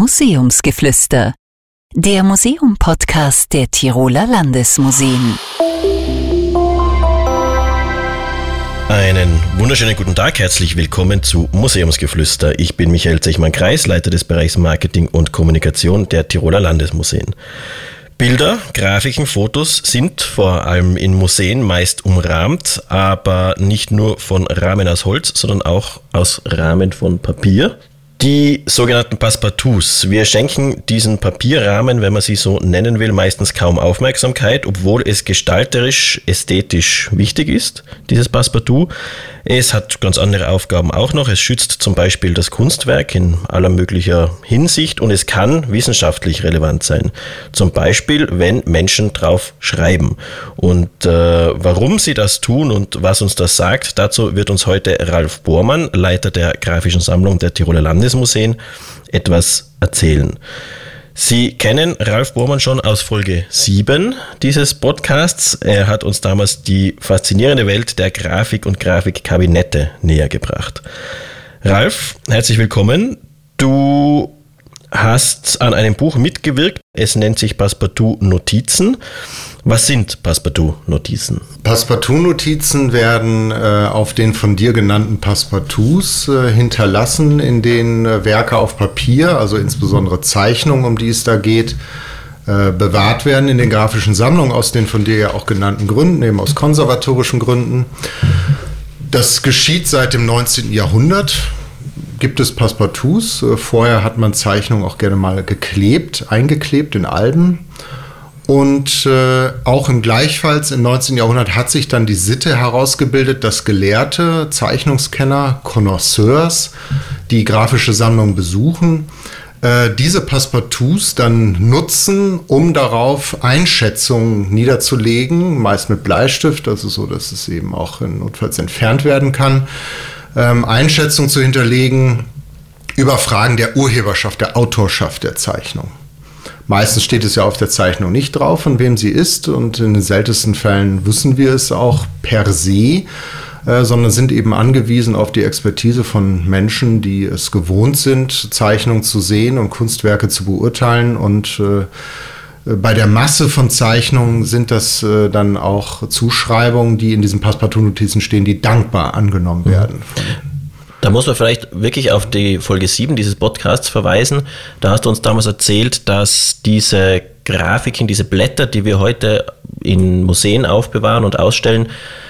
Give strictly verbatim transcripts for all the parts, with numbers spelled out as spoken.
Museumsgeflüster, der Museum-Podcast der Tiroler Landesmuseen. Einen wunderschönen guten Tag, herzlich willkommen zu Museumsgeflüster. Ich bin Michael Zechmann-Kreis, Leiter des Bereichs Marketing und Kommunikation der Tiroler Landesmuseen. Bilder, Grafiken, Fotos sind vor allem in Museen meist umrahmt, aber nicht nur von Rahmen aus Holz, sondern auch aus Rahmen von Papier. Die sogenannten Passepartouts. Wir schenken diesen Papierrahmen, wenn man sie so nennen will, meistens kaum Aufmerksamkeit, obwohl es gestalterisch, ästhetisch wichtig ist, dieses Passepartout. Es hat ganz andere Aufgaben auch noch. Es schützt zum Beispiel das Kunstwerk in aller möglicher Hinsicht und es kann wissenschaftlich relevant sein. Zum Beispiel, wenn Menschen drauf schreiben. Und äh, warum sie das tun und was uns das sagt, dazu wird uns heute Ralf Bormann, Leiter der Grafischen Sammlung der Tiroler Landesmuseen, etwas erzählen. Sie kennen Ralf Bormann schon aus Folge sieben dieses Podcasts. Er hat uns damals die faszinierende Welt der Grafik und Grafikkabinette näher gebracht. Ralf, herzlich willkommen. Du hast an einem Buch mitgewirkt. Es nennt sich Passepartout-Notizen. Was sind Passepartout-Notizen? Passepartout-Notizen werden äh, auf den von dir genannten Passepartouts äh, hinterlassen, in denen äh, Werke auf Papier, also insbesondere Zeichnungen, um die es da geht, äh, bewahrt werden in den grafischen Sammlungen, aus den von dir ja auch genannten Gründen, eben aus konservatorischen Gründen. Das geschieht seit dem neunzehnten Jahrhundert. Gibt es Passepartouts. Äh, vorher hat man Zeichnungen auch gerne mal geklebt, eingeklebt in Alben. Und äh, auch im gleichfalls im neunzehnten Jahrhundert hat sich dann die Sitte herausgebildet, dass Gelehrte, Zeichnungskenner, Connoisseurs, die grafische Sammlung besuchen, äh, diese Passepartouts dann nutzen, um darauf Einschätzungen niederzulegen, meist mit Bleistift, also so, dass es eben auch notfalls entfernt werden kann, ähm, Einschätzungen zu hinterlegen über Fragen der Urheberschaft, der Autorschaft der Zeichnung. Meistens steht es ja auf der Zeichnung nicht drauf, von wem sie ist, und in den seltensten Fällen wissen wir es auch per se, äh, sondern sind eben angewiesen auf die Expertise von Menschen, die es gewohnt sind, Zeichnungen zu sehen und Kunstwerke zu beurteilen. Und äh, bei der Masse von Zeichnungen sind das äh, dann auch Zuschreibungen, die in diesen Passepartout-Notizen stehen, die dankbar angenommen werden. Da muss man vielleicht wirklich auf die Folge sieben dieses Podcasts verweisen. Da hast du uns damals erzählt, dass diese Grafiken, diese Blätter, die wir heute in Museen aufbewahren und ausstellen,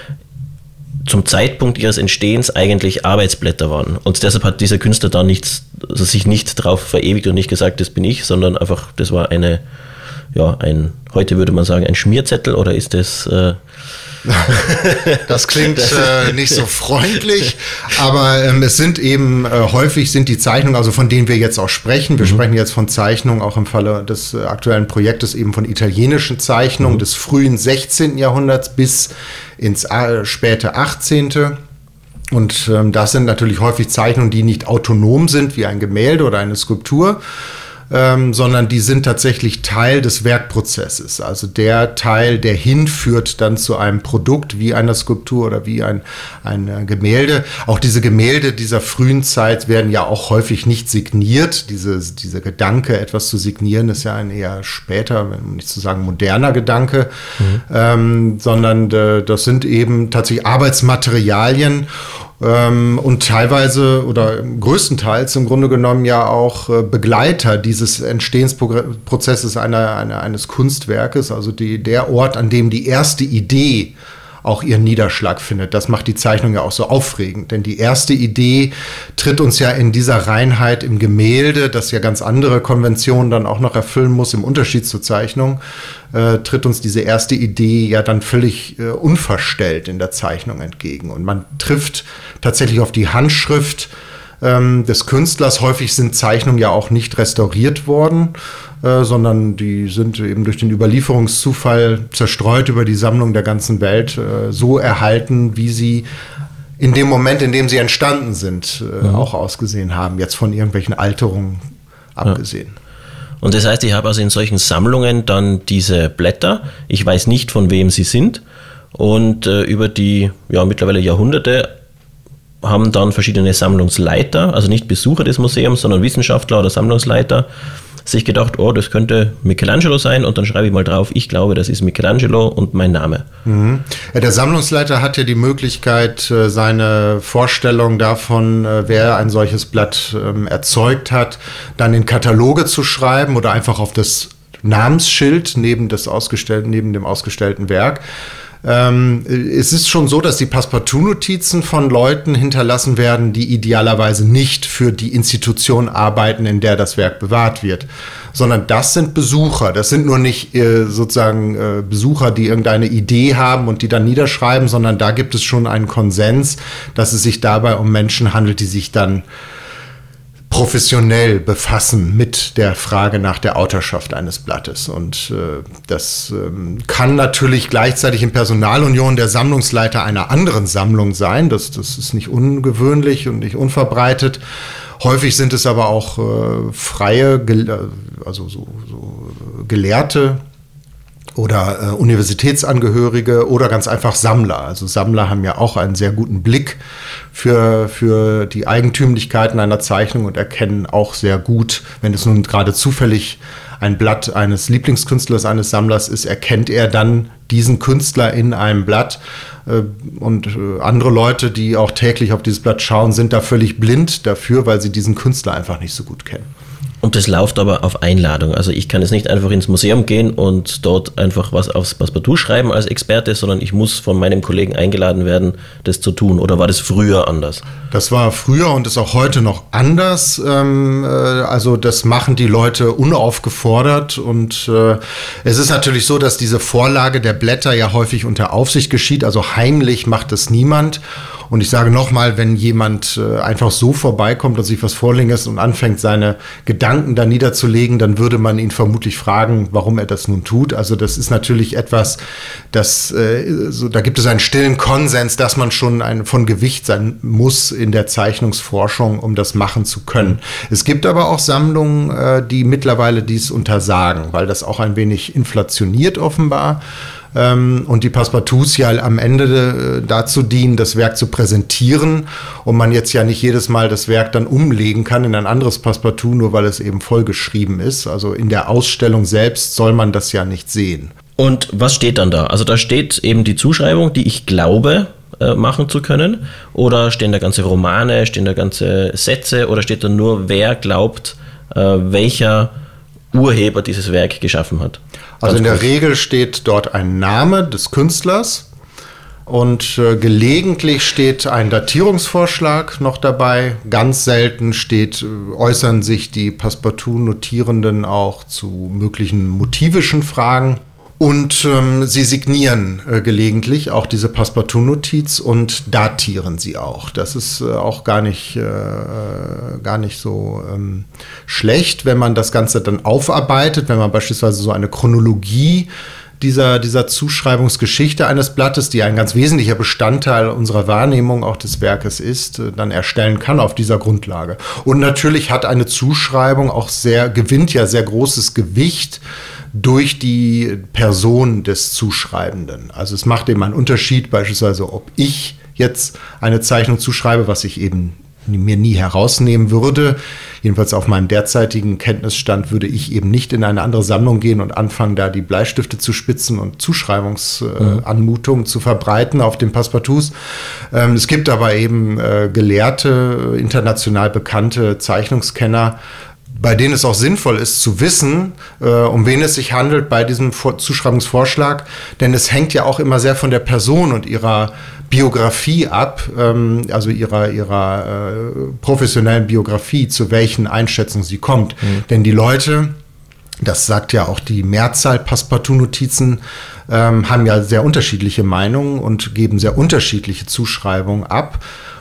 zum Zeitpunkt ihres Entstehens eigentlich Arbeitsblätter waren. Und deshalb hat dieser Künstler da nichts, also sich nicht drauf verewigt und nicht gesagt, das bin ich, sondern einfach, das war eine, ja, ein, heute würde man sagen, ein Schmierzettel, oder ist das... Äh Das klingt äh, nicht so freundlich, aber ähm, es sind eben äh, häufig sind die Zeichnungen, also von denen wir jetzt auch sprechen, wir mhm. sprechen jetzt von Zeichnungen auch im Falle des äh, aktuellen Projektes eben von italienischen Zeichnungen mhm. des frühen sechzehnten Jahrhunderts bis ins äh, späte achtzehnten Und ähm, das sind natürlich häufig Zeichnungen, die nicht autonom sind wie ein Gemälde oder eine Skulptur, Ähm, sondern die sind tatsächlich Teil des Werkprozesses, also der Teil, der hinführt dann zu einem Produkt wie einer Skulptur oder wie ein, ein Gemälde. Auch diese Gemälde dieser frühen Zeit werden ja auch häufig nicht signiert. Diese, dieser Gedanke, etwas zu signieren, ist ja ein eher später, um nicht zu sagen moderner Gedanke, mhm. ähm, sondern äh, das sind eben tatsächlich Arbeitsmaterialien. Ähm, und teilweise oder größtenteils im Grunde genommen ja auch äh, Begleiter dieses Entstehensprozesses einer, einer, eines Kunstwerkes, also die, der Ort, an dem die erste Idee auch ihren Niederschlag findet. Das macht die Zeichnung ja auch so aufregend, denn die erste Idee tritt uns ja in dieser Reinheit im Gemälde, das ja ganz andere Konventionen dann auch noch erfüllen muss, im Unterschied zur Zeichnung, äh, tritt uns diese erste Idee ja dann völlig äh, unverstellt in der Zeichnung entgegen. Und man trifft tatsächlich auf die Handschrift ähm, des Künstlers. Häufig sind Zeichnungen ja auch nicht restauriert worden, äh, sondern die sind eben durch den Überlieferungszufall zerstreut über die Sammlung der ganzen Welt äh, so erhalten, wie sie in dem Moment, in dem sie entstanden sind, äh, mhm. auch ausgesehen haben, jetzt von irgendwelchen Alterungen abgesehen. Ja. Und das heißt, ich habe also in solchen Sammlungen dann diese Blätter, ich weiß nicht, von wem sie sind, und äh, über die ja, mittlerweile Jahrhunderte haben dann verschiedene Sammlungsleiter, also nicht Besucher des Museums, sondern Wissenschaftler oder Sammlungsleiter, sich gedacht, oh, das könnte Michelangelo sein und dann schreibe ich mal drauf, ich glaube, das ist Michelangelo und mein Name. Mhm. Ja, der Sammlungsleiter hat ja die Möglichkeit, seine Vorstellung davon, wer ein solches Blatt ähm, erzeugt hat, dann in Kataloge zu schreiben oder einfach auf das Namensschild neben, das ausgestellten, neben dem ausgestellten Werk. Ähm, es ist schon so, dass die Passepartout-Notizen von Leuten hinterlassen werden, die idealerweise nicht für die Institution arbeiten, in der das Werk bewahrt wird, sondern das sind Besucher. Das sind nur nicht äh, sozusagen äh, Besucher, die irgendeine Idee haben und die dann niederschreiben, sondern da gibt es schon einen Konsens, dass es sich dabei um Menschen handelt, die sich dann professionell befassen mit der Frage nach der Autorschaft eines Blattes. Und äh, das ähm, kann natürlich gleichzeitig in Personalunion der Sammlungsleiter einer anderen Sammlung sein. Das, das ist nicht ungewöhnlich und nicht unverbreitet. Häufig sind es aber auch äh, freie, Gele- also so, so Gelehrte oder äh, Universitätsangehörige oder ganz einfach Sammler. Also Sammler haben ja auch einen sehr guten Blick für, für die Eigentümlichkeiten einer Zeichnung und erkennen auch sehr gut, wenn es nun gerade zufällig ein Blatt eines Lieblingskünstlers eines Sammlers ist, erkennt er dann diesen Künstler in einem Blatt. Äh, und äh, andere Leute, die auch täglich auf dieses Blatt schauen, sind da völlig blind dafür, weil sie diesen Künstler einfach nicht so gut kennen. Und das läuft aber auf Einladung. Also ich kann jetzt nicht einfach ins Museum gehen und dort einfach was aufs Passepartout schreiben als Experte, sondern ich muss von meinem Kollegen eingeladen werden, das zu tun. Oder war das früher anders? Das war früher und ist auch heute noch anders. Ähm, äh, also das machen die Leute unaufgefordert. Und äh, es ist natürlich so, dass diese Vorlage der Blätter ja häufig unter Aufsicht geschieht. Also heimlich macht es niemand. Und ich sage nochmal, wenn jemand äh, einfach so vorbeikommt und sich was vorlegen lässt und anfängt, seine Gedanken da niederzulegen, dann würde man ihn vermutlich fragen, warum er das nun tut. Also das ist natürlich etwas, das, äh, so, da gibt es einen stillen Konsens, dass man schon ein, von Gewicht sein muss in der Zeichnungsforschung, um das machen zu können. Es gibt aber auch Sammlungen, äh, die mittlerweile dies untersagen, weil das auch ein wenig inflationiert offenbar. Und die Passepartouts ja am Ende dazu dienen, das Werk zu präsentieren und man jetzt ja nicht jedes Mal das Werk dann umlegen kann in ein anderes Passepartout, nur weil es eben vollgeschrieben ist. Also in der Ausstellung selbst soll man das ja nicht sehen. Und was steht dann da? Also da steht eben die Zuschreibung, die ich glaube äh, machen zu können, oder stehen da ganze Romane, stehen da ganze Sätze oder steht da nur, wer glaubt, äh, welcher Urheber dieses Werk geschaffen hat? Also in der Regel steht dort ein Name des Künstlers und äh, gelegentlich steht ein Datierungsvorschlag noch dabei. Ganz selten steht, äh, äußern sich die Passepartout-Notierenden auch zu möglichen motivischen Fragen. Und ähm, sie signieren äh, gelegentlich auch diese Passepartout-Notiz und datieren sie auch. Das ist äh, auch gar nicht, äh, gar nicht so ähm, schlecht, wenn man das Ganze dann aufarbeitet, wenn man beispielsweise so eine Chronologie dieser, dieser Zuschreibungsgeschichte eines Blattes, die ein ganz wesentlicher Bestandteil unserer Wahrnehmung auch des Werkes ist, äh, dann erstellen kann auf dieser Grundlage. Und natürlich hat eine Zuschreibung auch sehr, gewinnt ja sehr großes Gewicht durch die Person des Zuschreibenden. Also es macht eben einen Unterschied, beispielsweise, ob ich jetzt eine Zeichnung zuschreibe, was ich eben mir nie herausnehmen würde. Jedenfalls auf meinem derzeitigen Kenntnisstand würde ich eben nicht in eine andere Sammlung gehen und anfangen, da die Bleistifte zu spitzen und Zuschreibungsanmutungen äh, mhm. zu verbreiten auf den Passepartouts. Ähm, es gibt aber eben äh, gelehrte, international bekannte Zeichnungskenner, bei denen es auch sinnvoll ist zu wissen, äh, um wen es sich handelt bei diesem Vor- Zuschreibungsvorschlag, denn es hängt ja auch immer sehr von der Person und ihrer Biografie ab, ähm, also ihrer, ihrer äh, professionellen Biografie, zu welchen Einschätzungen sie kommt. Mhm. Denn die Leute, das sagt ja auch die Mehrzahl Passepartout-Notizen, ähm, haben ja sehr unterschiedliche Meinungen und geben sehr unterschiedliche Zuschreibungen ab.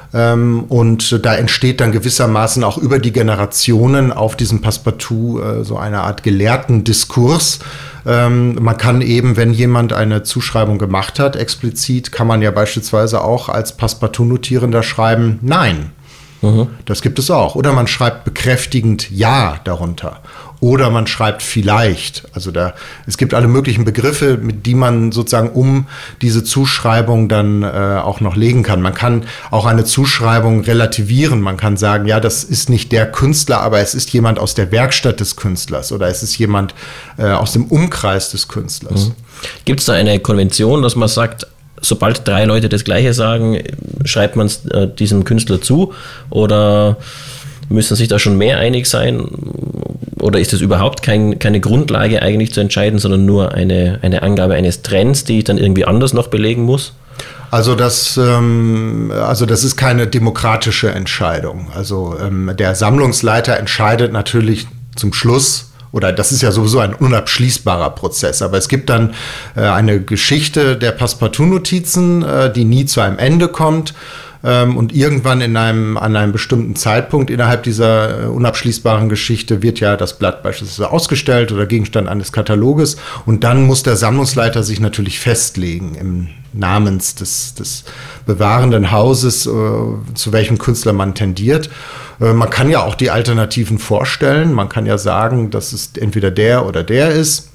Und da entsteht dann gewissermaßen auch über die Generationen auf diesem Passepartout äh, so eine Art gelehrten Diskurs. Ähm, man kann eben, wenn jemand eine Zuschreibung gemacht hat, explizit, kann man ja beispielsweise auch als Passepartout-Notierender schreiben, nein. Mhm. Das gibt es auch. Oder man schreibt bekräftigend Ja darunter. Oder man schreibt vielleicht. Also da, es gibt alle möglichen Begriffe, mit die man sozusagen um diese Zuschreibung dann äh, auch noch legen kann. Man kann auch eine Zuschreibung relativieren. Man kann sagen, ja, das ist nicht der Künstler, aber es ist jemand aus der Werkstatt des Künstlers oder es ist jemand äh, aus dem Umkreis des Künstlers. Mhm. Gibt es da eine Konvention, dass man sagt, sobald drei Leute das Gleiche sagen, schreibt man es äh, diesem Künstler zu? Oder müssen sich da schon mehr einig sein? Oder ist das überhaupt kein, keine Grundlage eigentlich zu entscheiden, sondern nur eine, eine Angabe eines Trends, die ich dann irgendwie anders noch belegen muss? Also das, ähm, also das ist keine demokratische Entscheidung. Also ähm, der Sammlungsleiter entscheidet natürlich zum Schluss, oder das ist ja sowieso ein unabschließbarer Prozess. Aber es gibt dann äh, eine Geschichte der Passepartout-Notizen, äh, die nie zu einem Ende kommt. Ähm, und irgendwann in einem, an einem bestimmten Zeitpunkt innerhalb dieser äh, unabschließbaren Geschichte wird ja das Blatt beispielsweise ausgestellt oder Gegenstand eines Kataloges. Und dann muss der Sammlungsleiter sich natürlich festlegen im Namens des, des bewahrenden Hauses, äh, zu welchem Künstler man tendiert. Man kann ja auch die Alternativen vorstellen. Man kann ja sagen, dass es entweder der oder der ist.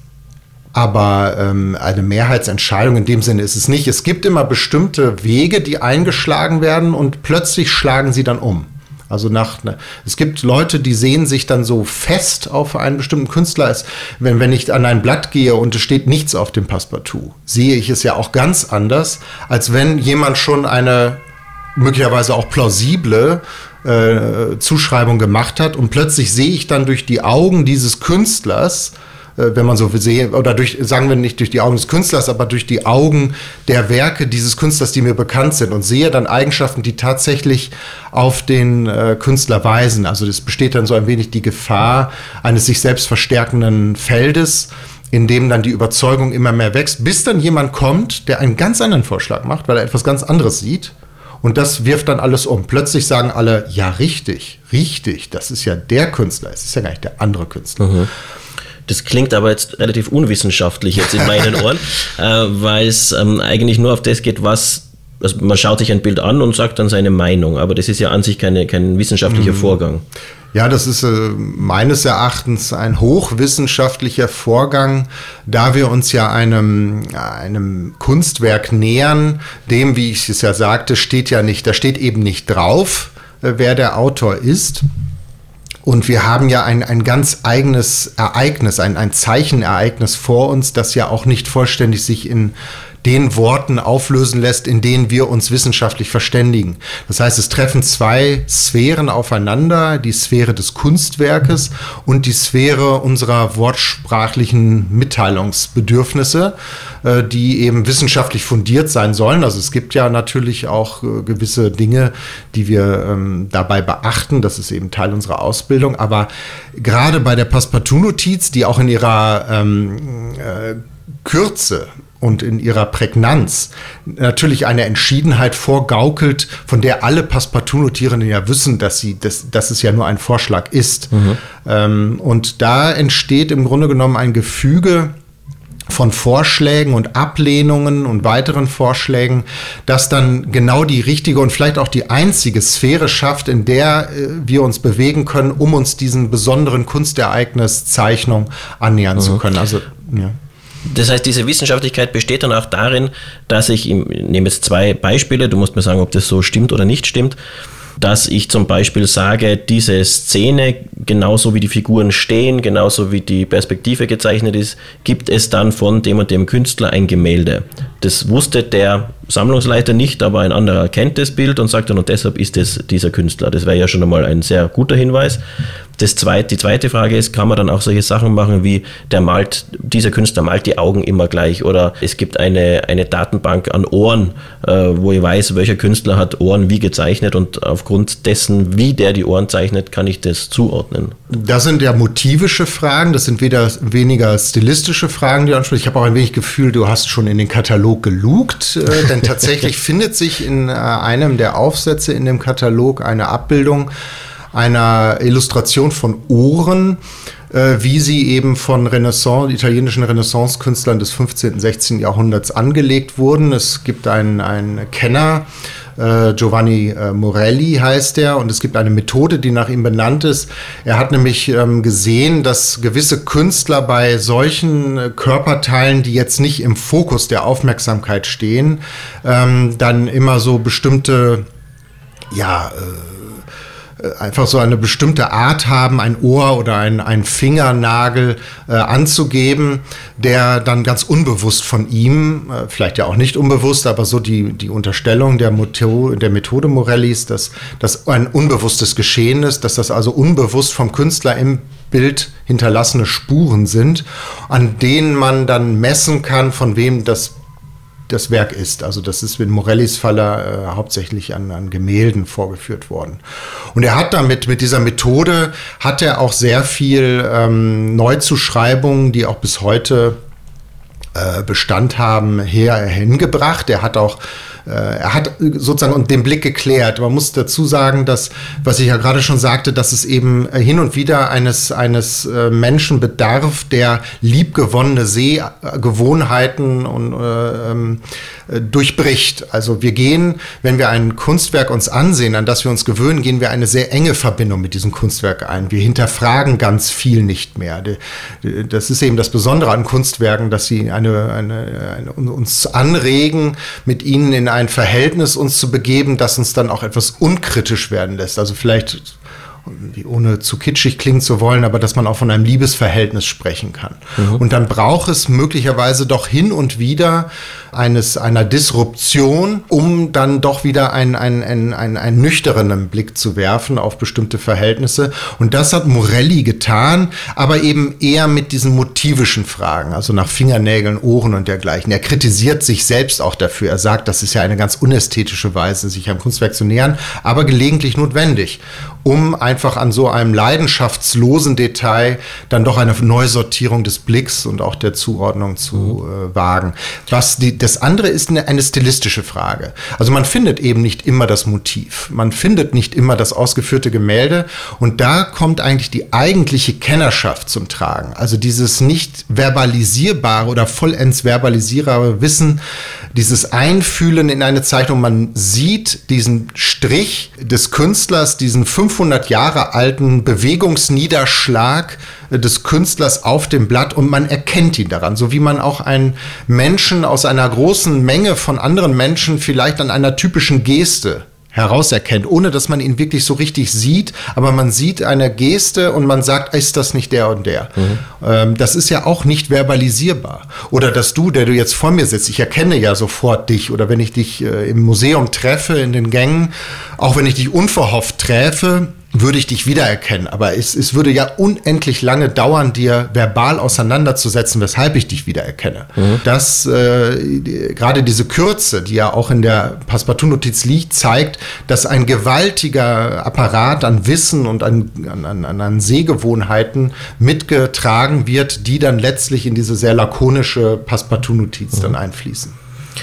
Aber ähm, eine Mehrheitsentscheidung in dem Sinne ist es nicht. Es gibt immer bestimmte Wege, die eingeschlagen werden und plötzlich schlagen sie dann um. Also nach, ne, es gibt Leute, die sehen sich dann so fest auf einen bestimmten Künstler. Es, wenn, wenn ich an ein Blatt gehe und es steht nichts auf dem Passepartout, sehe ich es ja auch ganz anders, als wenn jemand schon eine möglicherweise auch plausible äh, Zuschreibung gemacht hat und plötzlich sehe ich dann durch die Augen dieses Künstlers, äh, wenn man so will, sehe, oder durch, sagen wir nicht durch die Augen des Künstlers, aber durch die Augen der Werke dieses Künstlers, die mir bekannt sind und sehe dann Eigenschaften, die tatsächlich auf den äh, Künstler weisen. Also es besteht dann so ein wenig die Gefahr eines sich selbst verstärkenden Feldes, in dem dann die Überzeugung immer mehr wächst, bis dann jemand kommt, der einen ganz anderen Vorschlag macht, weil er etwas ganz anderes sieht. Und das wirft dann alles um. Plötzlich sagen alle, ja, richtig, richtig, das ist ja der Künstler, es ist ja gar nicht der andere Künstler. Mhm. Das klingt aber jetzt relativ unwissenschaftlich jetzt in meinen Ohren, äh, weil es ähm, eigentlich nur auf das geht, was, also man schaut sich ein Bild an und sagt dann seine Meinung, aber das ist ja an sich keine, kein wissenschaftlicher mhm. Vorgang. Ja, das ist äh, meines Erachtens ein hochwissenschaftlicher Vorgang, da wir uns ja einem, einem Kunstwerk nähern, dem, wie ich es ja sagte, steht ja nicht, da steht eben nicht drauf, äh, wer der Autor ist. Und wir haben ja ein, ein ganz eigenes Ereignis, ein, ein Zeichenereignis vor uns, das ja auch nicht vollständig sich in den Worten auflösen lässt, in denen wir uns wissenschaftlich verständigen. Das heißt, es treffen zwei Sphären aufeinander, die Sphäre des Kunstwerkes und die Sphäre unserer wortsprachlichen Mitteilungsbedürfnisse, äh, die eben wissenschaftlich fundiert sein sollen. Also es gibt ja natürlich auch äh, gewisse Dinge, die wir ähm, dabei beachten. Das ist eben Teil unserer Ausbildung. Aber gerade bei der Passepartout-Notiz, die auch in ihrer ähm, äh, Kürze und in ihrer Prägnanz natürlich eine Entschiedenheit vorgaukelt, von der alle Passepartout-Notierenden ja wissen, dass, sie, dass, dass es ja nur ein Vorschlag ist. Mhm. Ähm, und da entsteht im Grunde genommen ein Gefüge von Vorschlägen und Ablehnungen und weiteren Vorschlägen, das dann genau die richtige und vielleicht auch die einzige Sphäre schafft, in der äh, wir uns bewegen können, um uns diesem besonderen Kunstereignis Zeichnung annähern mhm. zu können. Also, ja. Das heißt, diese Wissenschaftlichkeit besteht dann auch darin, dass ich, ich nehme jetzt zwei Beispiele, du musst mir sagen, ob das so stimmt oder nicht stimmt, dass ich zum Beispiel sage, diese Szene, genauso wie die Figuren stehen, genauso wie die Perspektive gezeichnet ist, gibt es dann von dem und dem Künstler ein Gemälde. Das wusste der Sammlungsleiter nicht, aber ein anderer kennt das Bild und sagt dann, und deshalb ist es dieser Künstler. Das wäre ja schon einmal ein sehr guter Hinweis. Das zweite, die zweite Frage ist, kann man dann auch solche Sachen machen wie, der malt, dieser Künstler malt die Augen immer gleich, oder es gibt eine, eine Datenbank an Ohren, äh, wo ich weiß, welcher Künstler hat Ohren wie gezeichnet, und aufgrund dessen, wie der die Ohren zeichnet, kann ich das zuordnen. Das sind ja motivische Fragen, das sind weder, weniger stilistische Fragen, die du ansprichst. Ich habe auch ein wenig Gefühl, du hast schon in den Katalog gelugt, äh, denn tatsächlich findet sich in äh, einem der Aufsätze in dem Katalog eine Abbildung einer Illustration von Ohren, äh, wie sie eben von Renaissance, italienischen Renaissance-Künstlern des fünfzehnten, sechzehnten Jahrhunderts angelegt wurden. Es gibt einen, einen Kenner Äh, Giovanni äh, Morelli heißt er, und es gibt eine Methode, die nach ihm benannt ist. Er hat nämlich ähm, gesehen, dass gewisse Künstler bei solchen äh, Körperteilen, die jetzt nicht im Fokus der Aufmerksamkeit stehen, ähm, dann immer so bestimmte, ja, äh, einfach so eine bestimmte Art haben, ein Ohr oder ein, ein Fingernagel äh, anzugeben, der dann ganz unbewusst von ihm, äh, vielleicht ja auch nicht unbewusst, aber so die, die Unterstellung der, Moto, der Methode Morellis, dass das ein unbewusstes Geschehen ist, dass das also unbewusst vom Künstler im Bild hinterlassene Spuren sind, an denen man dann messen kann, von wem das das Werk ist. Also das ist in Morellis Falle äh, hauptsächlich an, an Gemälden vorgeführt worden. Und er hat damit, mit dieser Methode, hat er auch sehr viel ähm, Neuzuschreibungen, die auch bis heute äh, Bestand haben, her, hingebracht. Er hat auch Er hat sozusagen den Blick geklärt. Man muss dazu sagen, dass, was ich ja gerade schon sagte, dass es eben hin und wieder eines, eines Menschen bedarf, der liebgewonnene Sehgewohnheiten und, äh, durchbricht. Also wir gehen, wenn wir ein Kunstwerk uns ansehen, an das wir uns gewöhnen, gehen wir eine sehr enge Verbindung mit diesem Kunstwerk ein. Wir hinterfragen ganz viel nicht mehr. Das ist eben das Besondere an Kunstwerken, dass sie eine, eine, eine, uns anregen, mit ihnen in ein Verhältnis uns zu begeben, das uns dann auch etwas unkritisch werden lässt. Also vielleicht, ohne zu kitschig klingen zu wollen, aber dass man auch von einem Liebesverhältnis sprechen kann. Mhm. Und dann braucht es möglicherweise doch hin und wieder eines, einer Disruption, um dann doch wieder einen, einen, einen, einen, einen nüchternen Blick zu werfen auf bestimmte Verhältnisse. Und das hat Morelli getan, aber eben eher mit diesen motivischen Fragen, also nach Fingernägeln, Ohren und dergleichen. Er kritisiert sich selbst auch dafür. Er sagt, das ist ja eine ganz unästhetische Weise, sich einem Kunstwerk zu nähern, aber gelegentlich notwendig, um einfach an so einem leidenschaftslosen Detail dann doch eine Neusortierung des Blicks und auch der Zuordnung zu äh, wagen. Was die, das andere ist eine, eine stilistische Frage. Also man findet eben nicht immer das Motiv. Man findet nicht immer das ausgeführte Gemälde. Und da kommt eigentlich die eigentliche Kennerschaft zum Tragen. Also dieses nicht verbalisierbare oder vollends verbalisierbare Wissen, dieses Einfühlen in eine Zeichnung. Man sieht diesen Strich des Künstlers, diesen fünfhundert Jahre alten Bewegungsniederschlag des Künstlers auf dem Blatt, und man erkennt ihn daran, so wie man auch einen Menschen aus einer großen Menge von anderen Menschen vielleicht an einer typischen Geste herauserkennt, ohne dass man ihn wirklich so richtig sieht, aber man sieht eine Geste und man sagt, ist das nicht der und der? Mhm. Ähm, das ist ja auch nicht verbalisierbar. Oder dass du, der du jetzt vor mir sitzt, ich erkenne ja sofort dich, oder wenn ich dich äh, im Museum treffe, in den Gängen, auch wenn ich dich unverhofft treffe, würde ich dich wiedererkennen. Aber es, es würde ja unendlich lange dauern, dir verbal auseinanderzusetzen, weshalb ich dich wiedererkenne. Mhm. Das, äh, die, gerade diese Kürze, die ja auch in der Passepartout-Notiz liegt, zeigt, dass ein gewaltiger Apparat an Wissen und an, an, an, an Sehgewohnheiten mitgetragen wird, die dann letztlich in diese sehr lakonische Passepartout-Notiz mhm. dann einfließen.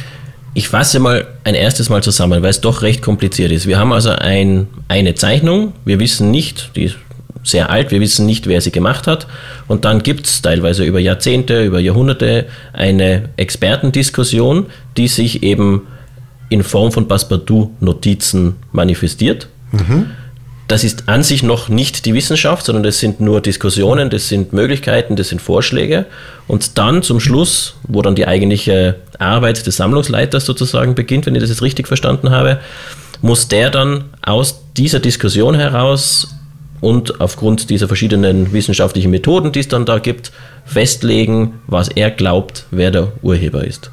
Ich fasse mal ein erstes Mal zusammen, weil es doch recht kompliziert ist. Wir haben also ein, eine Zeichnung, wir wissen nicht, die ist sehr alt, wir wissen nicht, wer sie gemacht hat. Und dann gibt es teilweise über Jahrzehnte, über Jahrhunderte eine Expertendiskussion, die sich eben in Form von Passepartout-Notizen manifestiert. Mhm. Das ist an sich noch nicht die Wissenschaft, sondern das sind nur Diskussionen, das sind Möglichkeiten, das sind Vorschläge. Und dann zum Schluss, wo dann die eigentliche Arbeit des Sammlungsleiters sozusagen beginnt, wenn ich das jetzt richtig verstanden habe, muss der dann aus dieser Diskussion heraus und aufgrund dieser verschiedenen wissenschaftlichen Methoden, die es dann da gibt, festlegen, was er glaubt, wer der Urheber ist.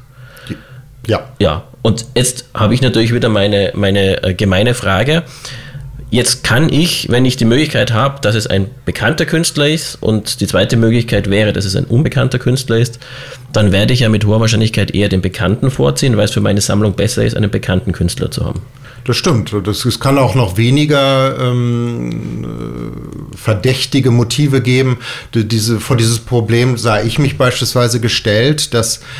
Ja. Ja, und jetzt habe ich natürlich wieder meine, meine äh, gemeine Frage. Jetzt kann ich, wenn ich die Möglichkeit habe, dass es ein bekannter Künstler ist, und die zweite Möglichkeit wäre, dass es ein unbekannter Künstler ist, dann werde ich ja mit hoher Wahrscheinlichkeit eher den Bekannten vorziehen, weil es für meine Sammlung besser ist, einen bekannten Künstler zu haben. Das stimmt. Das, es kann auch noch weniger ähm, verdächtige Motive geben. Diese, vor dieses Problem sah ich mich beispielsweise gestellt, dass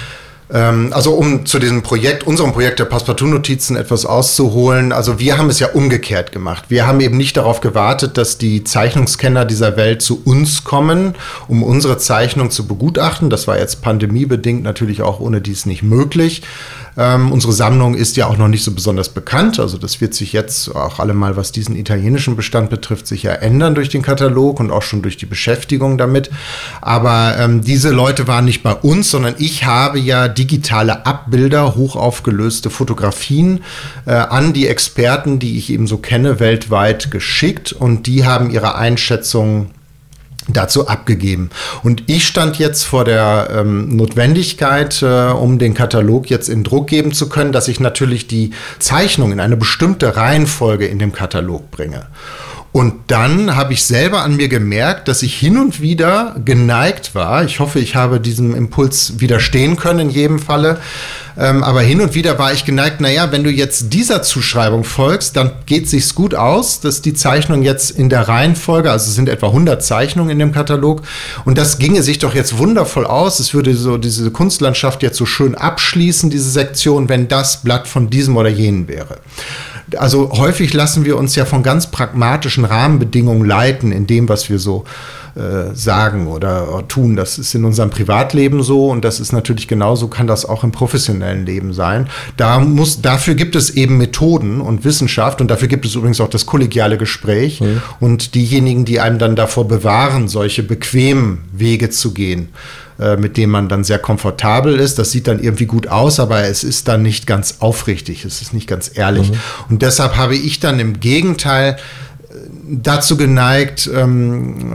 Also um zu diesem Projekt, unserem Projekt der Passepartout-Notizen etwas auszuholen, also wir haben es ja umgekehrt gemacht. Wir haben eben nicht darauf gewartet, dass die Zeichnungskenner dieser Welt zu uns kommen, um unsere Zeichnung zu begutachten. Das war jetzt pandemiebedingt natürlich auch ohne dies nicht möglich. Ähm, unsere Sammlung ist ja auch noch nicht so besonders bekannt, also das wird sich jetzt auch allemal, was diesen italienischen Bestand betrifft, sicher ändern durch den Katalog und auch schon durch die Beschäftigung damit. Aber ähm, diese Leute waren nicht bei uns, sondern ich habe ja digitale Abbilder, hochaufgelöste Fotografien äh, an die Experten, die ich eben so kenne, weltweit geschickt, und die haben ihre Einschätzung dazu abgegeben. Und ich stand jetzt vor der ähm, Notwendigkeit, äh, um den Katalog jetzt in Druck geben zu können, dass ich natürlich die Zeichnung in eine bestimmte Reihenfolge in dem Katalog bringe. Und dann habe ich selber an mir gemerkt, dass ich hin und wieder geneigt war, ich hoffe, ich habe diesem Impuls widerstehen können in jedem Falle, ähm, aber hin und wieder war ich geneigt, naja, wenn du jetzt dieser Zuschreibung folgst, dann geht es sich gut aus, dass die Zeichnung jetzt in der Reihenfolge, also es sind etwa hundert Zeichnungen in dem Katalog, und das ginge sich doch jetzt wundervoll aus, es würde so diese Kunstlandschaft jetzt so schön abschließen, diese Sektion, wenn das Blatt von diesem oder jenem wäre. Also häufig lassen wir uns ja von ganz pragmatischen Rahmenbedingungen leiten in dem, was wir so äh, sagen oder tun. Das ist in unserem Privatleben so, und das ist natürlich genauso, kann das auch im professionellen Leben sein. Da muss, dafür gibt es eben Methoden und Wissenschaft, und dafür gibt es übrigens auch das kollegiale Gespräch, mhm. und diejenigen, die einem dann davor bewahren, solche bequemen Wege zu gehen, mit dem man dann sehr komfortabel ist. Das sieht dann irgendwie gut aus, aber es ist dann nicht ganz aufrichtig, es ist nicht ganz ehrlich. Mhm. Und deshalb habe ich dann im Gegenteil dazu geneigt, ähm,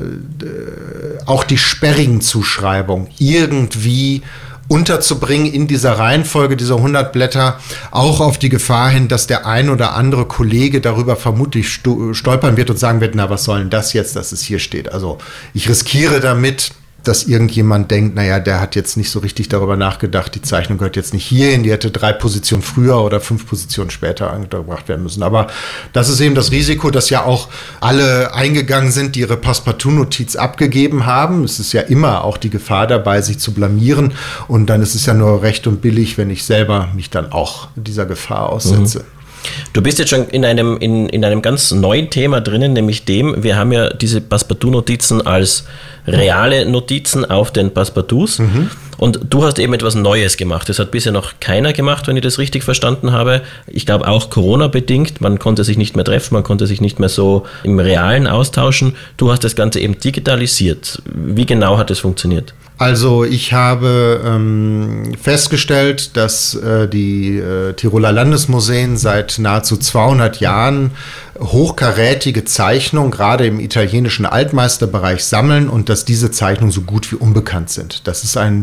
äh, auch die sperrigen Zuschreibungen irgendwie unterzubringen in dieser Reihenfolge dieser hundert Blätter, auch auf die Gefahr hin, dass der ein oder andere Kollege darüber vermutlich stolpern wird und sagen wird, na, was soll denn das jetzt, dass es hier steht? Also ich riskiere damit, dass irgendjemand denkt, naja, der hat jetzt nicht so richtig darüber nachgedacht, die Zeichnung gehört jetzt nicht hierhin, die hätte drei Positionen früher oder fünf Positionen später angebracht werden müssen. Aber das ist eben das Risiko, dass ja auch alle eingegangen sind, die ihre Passepartout-Notiz abgegeben haben. Es ist ja immer auch die Gefahr dabei, sich zu blamieren, und dann ist es ja nur recht und billig, wenn ich selber mich dann auch dieser Gefahr aussetze. Mhm. Du bist jetzt schon in einem, in, in einem ganz neuen Thema drinnen, nämlich dem, wir haben ja diese Passepartout-Notizen als reale Notizen auf den Passepartouts, mhm. und du hast eben etwas Neues gemacht. Das hat bisher noch keiner gemacht, wenn ich das richtig verstanden habe. Ich glaube auch Corona-bedingt, man konnte sich nicht mehr treffen, man konnte sich nicht mehr so im Realen austauschen. Du hast das Ganze eben digitalisiert. Wie genau hat das funktioniert? Also ich habe ähm, festgestellt, dass äh, die äh, Tiroler Landesmuseen seit nahezu zweihundert Jahren hochkarätige Zeichnungen, gerade im italienischen Altmeisterbereich, sammeln, und dass diese Zeichnungen so gut wie unbekannt sind. Das ist ein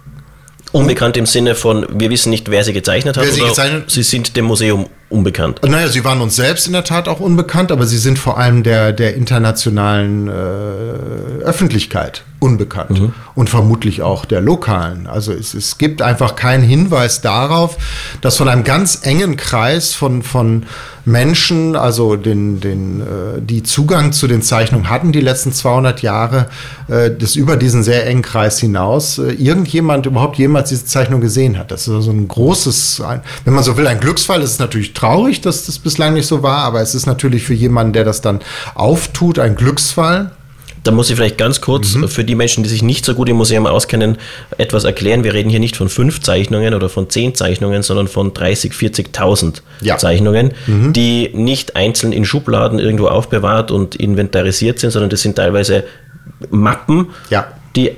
Unbekannt im Sinne von, wir wissen nicht, wer sie gezeichnet hat, wer sie oder gezeichnet? Sie sind dem Museum unbekannt? Naja, sie waren uns selbst in der Tat auch unbekannt, aber sie sind vor allem der, der internationalen äh, Öffentlichkeit unbekannt, mhm. und vermutlich auch der lokalen. Also es, es gibt einfach keinen Hinweis darauf, dass von einem ganz engen Kreis von, von Menschen, also den, den, äh, die Zugang zu den Zeichnungen hatten die letzten zweihundert Jahre, äh, das über diesen sehr engen Kreis hinaus, äh, irgendjemand überhaupt jemals diese Zeichnung gesehen hat. Das ist also ein großes, ein, wenn man so will, ein Glücksfall. Es ist natürlich traurig, dass das bislang nicht so war, aber es ist natürlich für jemanden, der das dann auftut, ein Glücksfall. Da muss ich vielleicht ganz kurz mhm. für die Menschen, die sich nicht so gut im Museum auskennen, etwas erklären. Wir reden hier nicht von fünf Zeichnungen oder von zehn Zeichnungen, sondern von dreißig, vierzigtausend ja. Zeichnungen, mhm. die nicht einzeln in Schubladen irgendwo aufbewahrt und inventarisiert sind, sondern das sind teilweise Mappen, ja. die,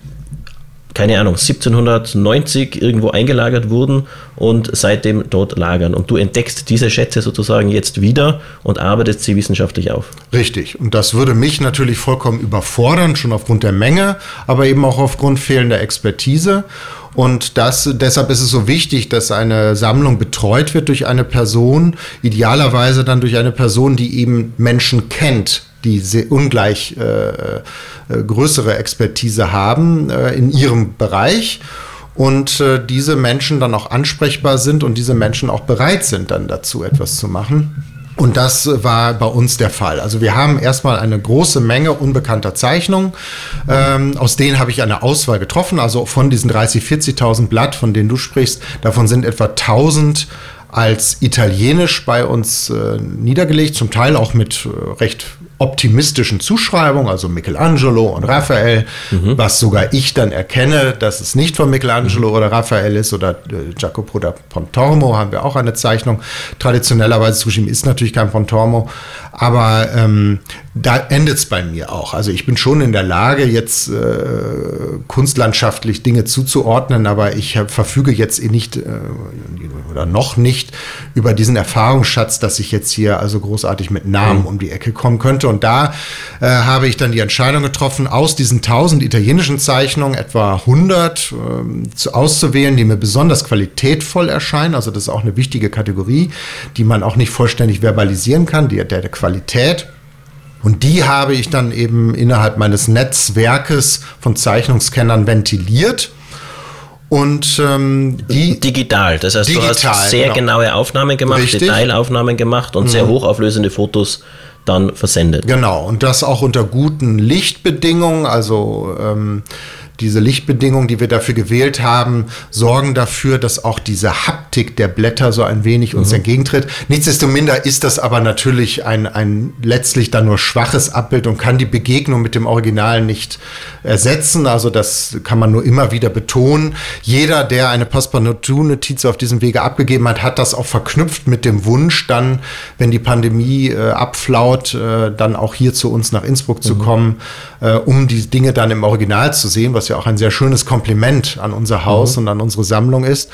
keine Ahnung, siebzehnhundertneunzig irgendwo eingelagert wurden und seitdem dort lagern. Und du entdeckst diese Schätze sozusagen jetzt wieder und arbeitest sie wissenschaftlich auf. Richtig. Und das würde mich natürlich vollkommen überfordern, schon aufgrund der Menge, aber eben auch aufgrund fehlender Expertise. Und das, deshalb ist es so wichtig, dass eine Sammlung betreut wird durch eine Person, idealerweise dann durch eine Person, die eben Menschen kennt, die sehr ungleich äh, äh, größere Expertise haben äh, in ihrem Bereich, und äh, diese Menschen dann auch ansprechbar sind und diese Menschen auch bereit sind, dann dazu etwas zu machen. Und das war bei uns der Fall. Also wir haben erstmal eine große Menge unbekannter Zeichnungen. Ähm, aus denen habe ich eine Auswahl getroffen. Also von diesen dreißigtausend, vierzigtausend Blatt, von denen du sprichst, davon sind etwa tausend als italienisch bei uns äh, niedergelegt. Zum Teil auch mit äh, recht optimistischen Zuschreibungen, also Michelangelo und Raphael, mhm. was sogar ich dann erkenne, dass es nicht von Michelangelo mhm. oder Raphael ist, oder äh, Jacopo da Pontormo haben wir auch eine Zeichnung traditionellerweise zugeschrieben, ist natürlich kein Pontormo, aber ähm, da endet es bei mir auch. Also ich bin schon in der Lage, jetzt äh, kunstlandschaftlich Dinge zuzuordnen, aber ich hab, verfüge jetzt nicht äh, oder noch nicht über diesen Erfahrungsschatz, dass ich jetzt hier also großartig mit Namen mhm. um die Ecke kommen könnte. Und da äh, habe ich dann die Entscheidung getroffen, aus diesen tausend italienischen Zeichnungen etwa hundert äh, zu, auszuwählen, die mir besonders qualitätvoll erscheinen. Also das ist auch eine wichtige Kategorie, die man auch nicht vollständig verbalisieren kann, die, der, der Qualität. Und die habe ich dann eben innerhalb meines Netzwerkes von Zeichnungskennern ventiliert. Und ähm, die digital, das heißt, digital, du hast sehr genau. genaue Aufnahmen gemacht, Richtig. Detailaufnahmen gemacht und mhm. sehr hochauflösende Fotos dann versendet. Genau, und das auch unter guten Lichtbedingungen, also ähm, diese Lichtbedingungen, die wir dafür gewählt haben, sorgen dafür, dass auch diese Haptik der Blätter so ein wenig uns mhm. entgegentritt. Nichtsdestominder ist das aber natürlich ein, ein letztlich dann nur schwaches Abbild und kann die Begegnung mit dem Original nicht ersetzen. Also das kann man nur immer wieder betonen. Jeder, der eine Passepartout-Notiz auf diesem Wege abgegeben hat, hat das auch verknüpft mit dem Wunsch, dann, wenn die Pandemie äh, abflaut, äh, dann auch hier zu uns nach Innsbruck mhm. zu kommen, äh, um die Dinge dann im Original zu sehen, was ja auch ein sehr schönes Kompliment an unser Haus mhm. und an unsere Sammlung ist.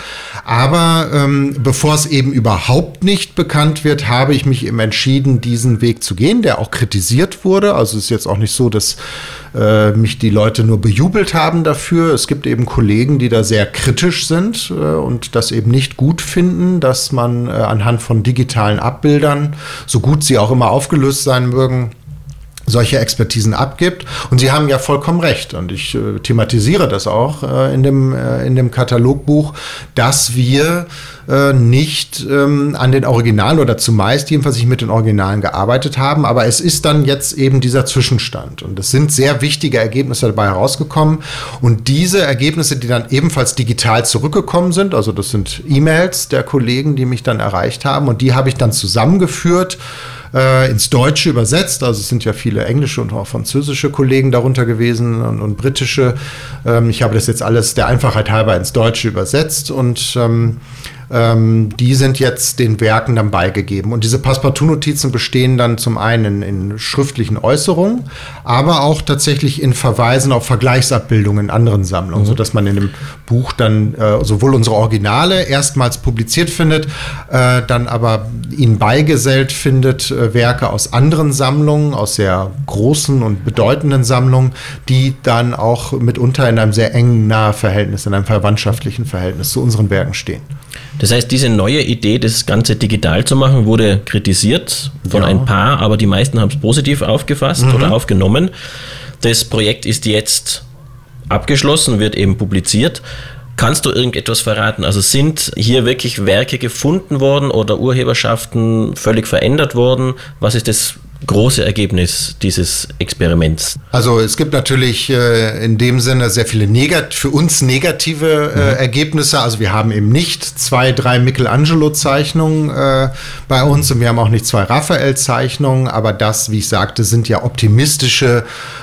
Aber ähm, bevor es eben überhaupt nicht bekannt wird, habe ich mich eben entschieden, diesen Weg zu gehen, der auch kritisiert wurde. Also es ist jetzt auch nicht so, dass äh, mich die Leute nur bejubelt haben dafür. Es gibt eben Kollegen, die da sehr kritisch sind äh, und das eben nicht gut finden, dass man äh, anhand von digitalen Abbildern, so gut sie auch immer aufgelöst sein mögen, solche Expertisen abgibt. Und Sie haben ja vollkommen recht. Und ich äh, thematisiere das auch äh, in dem, äh, in dem Katalogbuch, dass wir äh, nicht ähm, an den Originalen oder zumeist jedenfalls nicht mit den Originalen gearbeitet haben. Aber es ist dann jetzt eben dieser Zwischenstand. Und es sind sehr wichtige Ergebnisse dabei herausgekommen. Und diese Ergebnisse, die dann ebenfalls digital zurückgekommen sind, also das sind E-Mails der Kollegen, die mich dann erreicht haben. Und die habe ich dann zusammengeführt, Äh, ins Deutsche übersetzt, also es sind ja viele englische und auch französische Kollegen darunter gewesen und, und britische. Ähm, ich habe das jetzt alles der Einfachheit halber ins Deutsche übersetzt und ähm, ähm, die sind jetzt den Werken dann beigegeben. Und diese Passepartout-Notizen bestehen dann zum einen in, in schriftlichen Äußerungen, aber auch tatsächlich in Verweisen auf Vergleichsabbildungen in anderen Sammlungen, mhm. sodass man in dem Buch dann äh, sowohl unsere Originale erstmals publiziert findet, äh, dann aber ihnen beigesellt findet, Werke aus anderen Sammlungen, aus sehr großen und bedeutenden Sammlungen, die dann auch mitunter in einem sehr engen Nahverhältnis, in einem verwandtschaftlichen Verhältnis zu unseren Werken stehen. Das heißt, diese neue Idee, das Ganze digital zu machen, wurde kritisiert von ja. ein paar, aber die meisten haben es positiv aufgefasst mhm. oder aufgenommen. Das Projekt ist jetzt abgeschlossen, wird eben publiziert. Kannst du irgendetwas verraten? Also sind hier wirklich Werke gefunden worden oder Urheberschaften völlig verändert worden? Was ist das große Ergebnis dieses Experiments? Also es gibt natürlich äh, in dem Sinne sehr viele negat- für uns negative äh, mhm. Ergebnisse. Also wir haben eben nicht zwei, drei Michelangelo-Zeichnungen äh, bei uns und wir haben auch nicht zwei Raphael-Zeichnungen, aber das, wie ich sagte, sind ja optimistische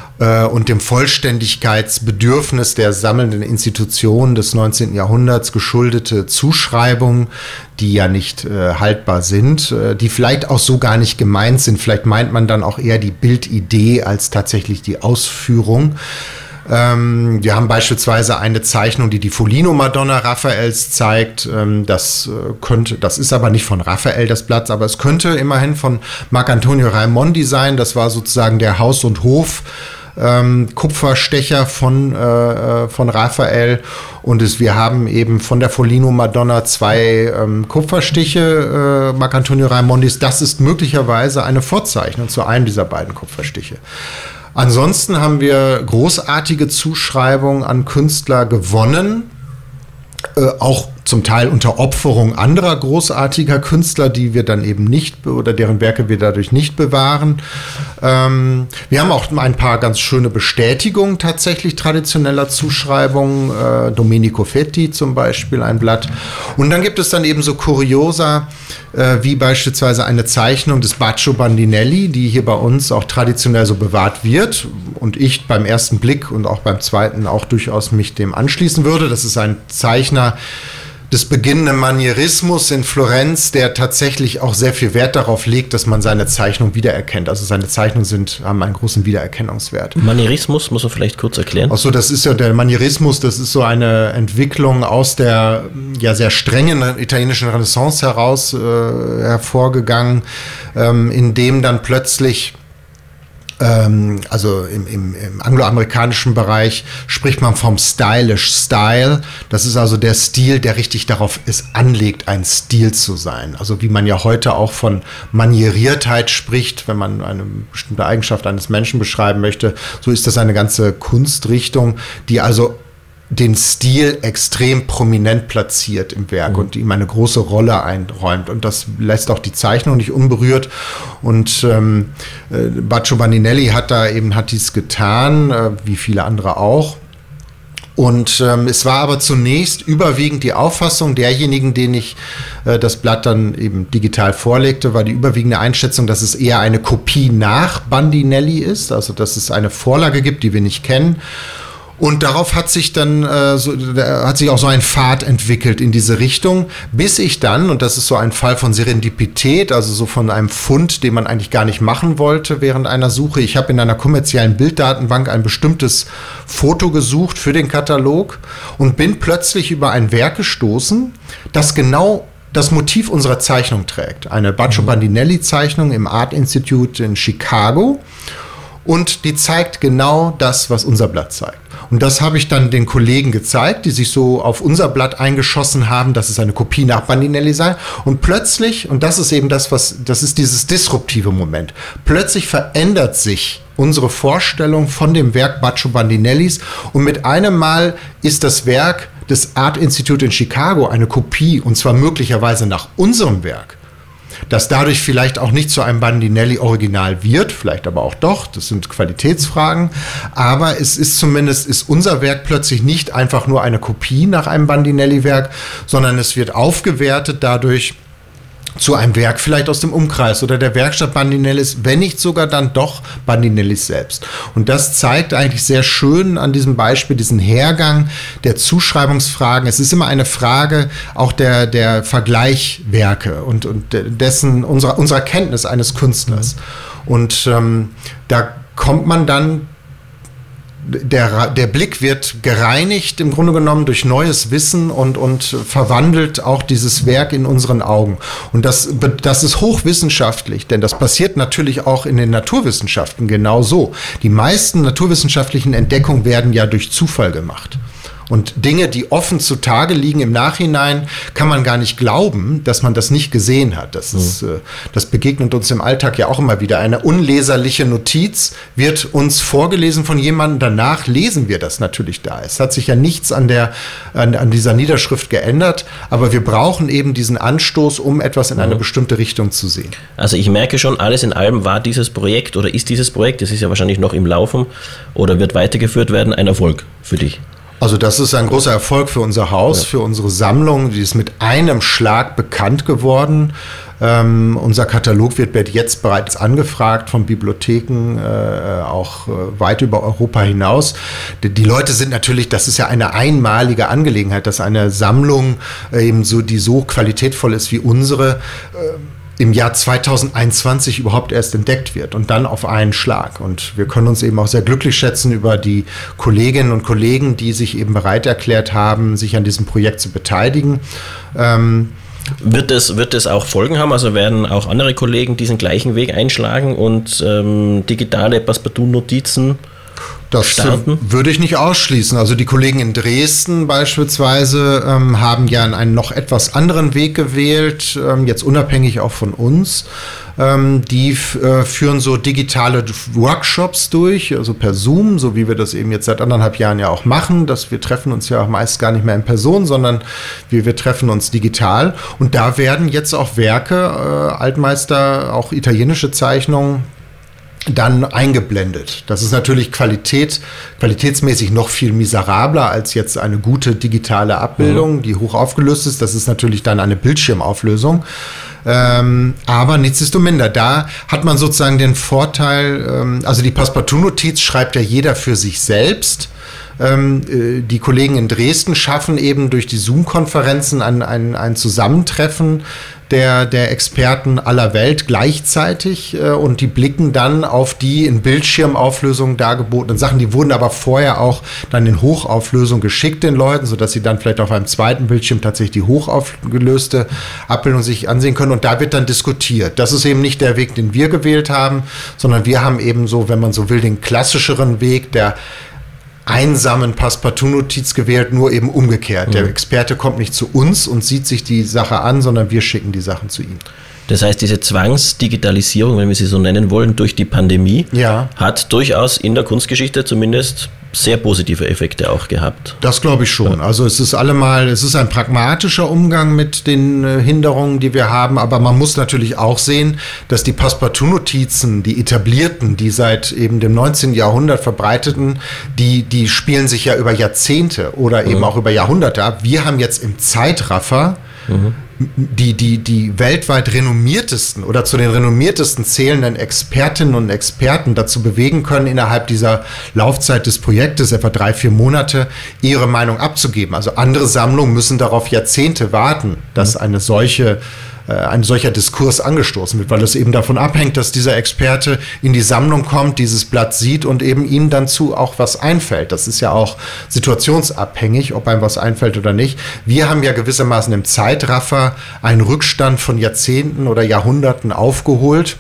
und dem Vollständigkeitsbedürfnis der sammelnden Institutionen des neunzehnten Jahrhunderts geschuldete Zuschreibungen, die ja nicht äh, haltbar sind, äh, die vielleicht auch so gar nicht gemeint sind. Vielleicht meint man dann auch eher die Bildidee als tatsächlich die Ausführung. Ähm, wir haben beispielsweise eine Zeichnung, die die Foligno-Madonna Raphaels zeigt. Ähm, das äh, könnte, das ist aber nicht von Raphael das Blatt, aber es könnte immerhin von Marcantonio Raimondi sein. Das war sozusagen der Haus- und Hof Ähm, Kupferstecher von, äh, von Raphael und es, wir haben eben von der Foligno Madonna zwei ähm, Kupferstiche äh, Marcantonio Raimondis. Das ist möglicherweise eine Vorzeichnung zu einem dieser beiden Kupferstiche. Ansonsten haben wir großartige Zuschreibungen an Künstler gewonnen, äh, auch zum Teil unter Opferung anderer großartiger Künstler, die wir dann eben nicht oder deren Werke wir dadurch nicht bewahren. Ähm, wir haben auch ein paar ganz schöne Bestätigungen tatsächlich traditioneller Zuschreibungen, äh, Domenico Fetti zum Beispiel, ein Blatt. Und dann gibt es dann eben so Kuriosa, äh, wie beispielsweise eine Zeichnung des Baccio Bandinelli, die hier bei uns auch traditionell so bewahrt wird und ich beim ersten Blick und auch beim zweiten auch durchaus mich dem anschließen würde. Das ist ein Zeichner des beginnenden Manierismus in Florenz, der tatsächlich auch sehr viel Wert darauf legt, dass man seine Zeichnung wiedererkennt. Also seine Zeichnungen sind, haben einen großen Wiedererkennungswert. Manierismus, muss man vielleicht kurz erklären? Ach so, das ist ja der Manierismus, das ist so eine Entwicklung aus der ja sehr strengen italienischen Renaissance heraus äh, hervorgegangen, ähm, in dem dann plötzlich Ähm, also im, im, im angloamerikanischen Bereich spricht man vom stylish Style. Das ist also der Stil, der richtig darauf ist, anlegt, ein Stil zu sein. Also wie man ja heute auch von Manieriertheit spricht, wenn man eine bestimmte Eigenschaft eines Menschen beschreiben möchte. So ist das eine ganze Kunstrichtung, die also den Stil extrem prominent platziert im Werk mhm. und ihm eine große Rolle einräumt. Und das lässt auch die Zeichnung nicht unberührt. Und ähm, äh, Baccio Bandinelli hat da eben, hat dies getan, äh, wie viele andere auch. Und ähm, es war aber zunächst überwiegend die Auffassung derjenigen, denen ich äh, das Blatt dann eben digital vorlegte, war die überwiegende Einschätzung, dass es eher eine Kopie nach Bandinelli ist, also dass es eine Vorlage gibt, die wir nicht kennen. Und darauf hat sich dann äh, so, hat sich auch so ein Pfad entwickelt in diese Richtung, bis ich dann, und das ist so ein Fall von Serendipität, also so von einem Fund, den man eigentlich gar nicht machen wollte während einer Suche. Ich habe in einer kommerziellen Bilddatenbank ein bestimmtes Foto gesucht für den Katalog und bin plötzlich über ein Werk gestoßen, das genau das Motiv unserer Zeichnung trägt. Eine Baccio Bandinelli-Zeichnung im Art Institute in Chicago. Und die zeigt genau das, was unser Blatt zeigt. Und das habe ich dann den Kollegen gezeigt, die sich so auf unser Blatt eingeschossen haben, dass es eine Kopie nach Bandinelli sei. Und plötzlich, und das ist eben das, was, das ist dieses disruptive Moment, plötzlich verändert sich unsere Vorstellung von dem Werk Baccio Bandinellis und mit einem Mal ist das Werk des Art Institute in Chicago eine Kopie, und zwar möglicherweise nach unserem Werk. Das dadurch vielleicht auch nicht zu einem Bandinelli-Original wird, vielleicht aber auch doch, das sind Qualitätsfragen, aber es ist zumindest, ist unser Werk plötzlich nicht einfach nur eine Kopie nach einem Bandinelli-Werk, sondern es wird aufgewertet dadurch zu einem Werk vielleicht aus dem Umkreis oder der Werkstatt Bandinellis, wenn nicht sogar dann doch Bandinellis selbst. Und das zeigt eigentlich sehr schön an diesem Beispiel diesen Hergang der Zuschreibungsfragen. Es ist immer eine Frage auch der, der Vergleichwerke und, und dessen, unserer, unserer Kenntnis eines Künstlers. Und ähm, da kommt man dann Der, der Blick wird gereinigt, im Grunde genommen durch neues Wissen und, und verwandelt auch dieses Werk in unseren Augen. Und das, das ist hochwissenschaftlich, denn das passiert natürlich auch in den Naturwissenschaften genauso. Die meisten naturwissenschaftlichen Entdeckungen werden ja durch Zufall gemacht. Und Dinge, die offen zutage liegen im Nachhinein, kann man gar nicht glauben, dass man das nicht gesehen hat. Das, ist, mhm. das begegnet uns im Alltag ja auch immer wieder. Eine unleserliche Notiz wird uns vorgelesen von jemandem, danach lesen wir das natürlich da. Es hat sich ja nichts an, der, an, an dieser Niederschrift geändert, aber wir brauchen eben diesen Anstoß, um etwas in mhm. eine bestimmte Richtung zu sehen. Also ich merke schon, alles in allem war dieses Projekt oder ist dieses Projekt, das ist ja wahrscheinlich noch im Laufen oder wird weitergeführt werden, ein Erfolg für dich. Also das ist ein großer Erfolg für unser Haus, ja. für unsere Sammlung. Die ist mit einem Schlag bekannt geworden. Ähm, unser Katalog wird jetzt bereits angefragt von Bibliotheken, äh, auch äh, weit über Europa hinaus. Die, die Leute sind natürlich, das ist ja eine einmalige Angelegenheit, dass eine Sammlung äh, eben so, die so qualitätvoll ist wie unsere, äh, im Jahr zweitausendeinundzwanzig überhaupt erst entdeckt wird und dann auf einen Schlag. Und wir können uns eben auch sehr glücklich schätzen über die Kolleginnen und Kollegen, die sich eben bereit erklärt haben, sich an diesem Projekt zu beteiligen. Ähm, Wird es, wird es auch Folgen haben? Also werden auch andere Kollegen diesen gleichen Weg einschlagen und ähm, digitale Passepartout-Notizen Das starten? Würde ich nicht ausschließen. Also die Kollegen in Dresden beispielsweise ähm, haben ja einen noch etwas anderen Weg gewählt, ähm, jetzt unabhängig auch von uns. Ähm, die f- äh, führen so digitale Workshops durch, also per Zoom, so wie wir das eben jetzt seit anderthalb Jahren ja auch machen, dass wir treffen uns ja auch meist gar nicht mehr in Person, sondern wir, wir treffen uns digital. Und da werden jetzt auch Werke, äh, Altmeister, auch italienische Zeichnungen, dann eingeblendet. Das ist natürlich Qualität, qualitätsmäßig noch viel miserabler als jetzt eine gute digitale Abbildung, mhm. die hoch aufgelöst ist. Das ist natürlich dann eine Bildschirmauflösung. Ähm, aber nichtsdestominder, da hat man sozusagen den Vorteil, ähm, also die Passepartout-Notiz schreibt ja jeder für sich selbst. Ähm, äh, die Kollegen in Dresden schaffen eben durch die Zoom-Konferenzen ein, ein, ein Zusammentreffen der, der Experten aller Welt gleichzeitig äh, und die blicken dann auf die in Bildschirmauflösung dargebotenen Sachen. Die wurden aber vorher auch dann in Hochauflösung geschickt den Leuten, sodass sie dann vielleicht auf einem zweiten Bildschirm tatsächlich die hochaufgelöste Abbildung sich ansehen können und da wird dann diskutiert. Das ist eben nicht der Weg, den wir gewählt haben, sondern wir haben eben so, wenn man so will, den klassischeren Weg der einsamen Passepartout-Notiz gewählt, nur eben umgekehrt. Mhm. Der Experte kommt nicht zu uns und sieht sich die Sache an, sondern wir schicken die Sachen zu ihm. Das heißt, diese Zwangsdigitalisierung, wenn wir sie so nennen wollen, durch die Pandemie, ja. hat durchaus in der Kunstgeschichte zumindest sehr positive Effekte auch gehabt. Das glaube ich schon. Ja. Also es ist allemal, es ist ein pragmatischer Umgang mit den äh, Hinderungen, die wir haben, aber man muss natürlich auch sehen, dass die Passepartout-Notizen, die etablierten, die seit eben dem neunzehnten Jahrhundert verbreiteten, die, die spielen sich ja über Jahrzehnte oder eben mhm. auch über Jahrhunderte ab. Wir haben jetzt im Zeitraffer mhm. Die, die, die weltweit renommiertesten oder zu den renommiertesten zählenden Expertinnen und Experten dazu bewegen können, innerhalb dieser Laufzeit des Projektes, etwa drei, vier Monate, ihre Meinung abzugeben. Also andere Sammlungen müssen darauf Jahrzehnte warten, dass eine solche ein solcher Diskurs angestoßen wird, weil es eben davon abhängt, dass dieser Experte in die Sammlung kommt, dieses Blatt sieht und eben ihm dann zu auch was einfällt. Das ist ja auch situationsabhängig, ob einem was einfällt oder nicht. Wir haben ja gewissermaßen im Zeitraffer einen Rückstand von Jahrzehnten oder Jahrhunderten aufgeholt.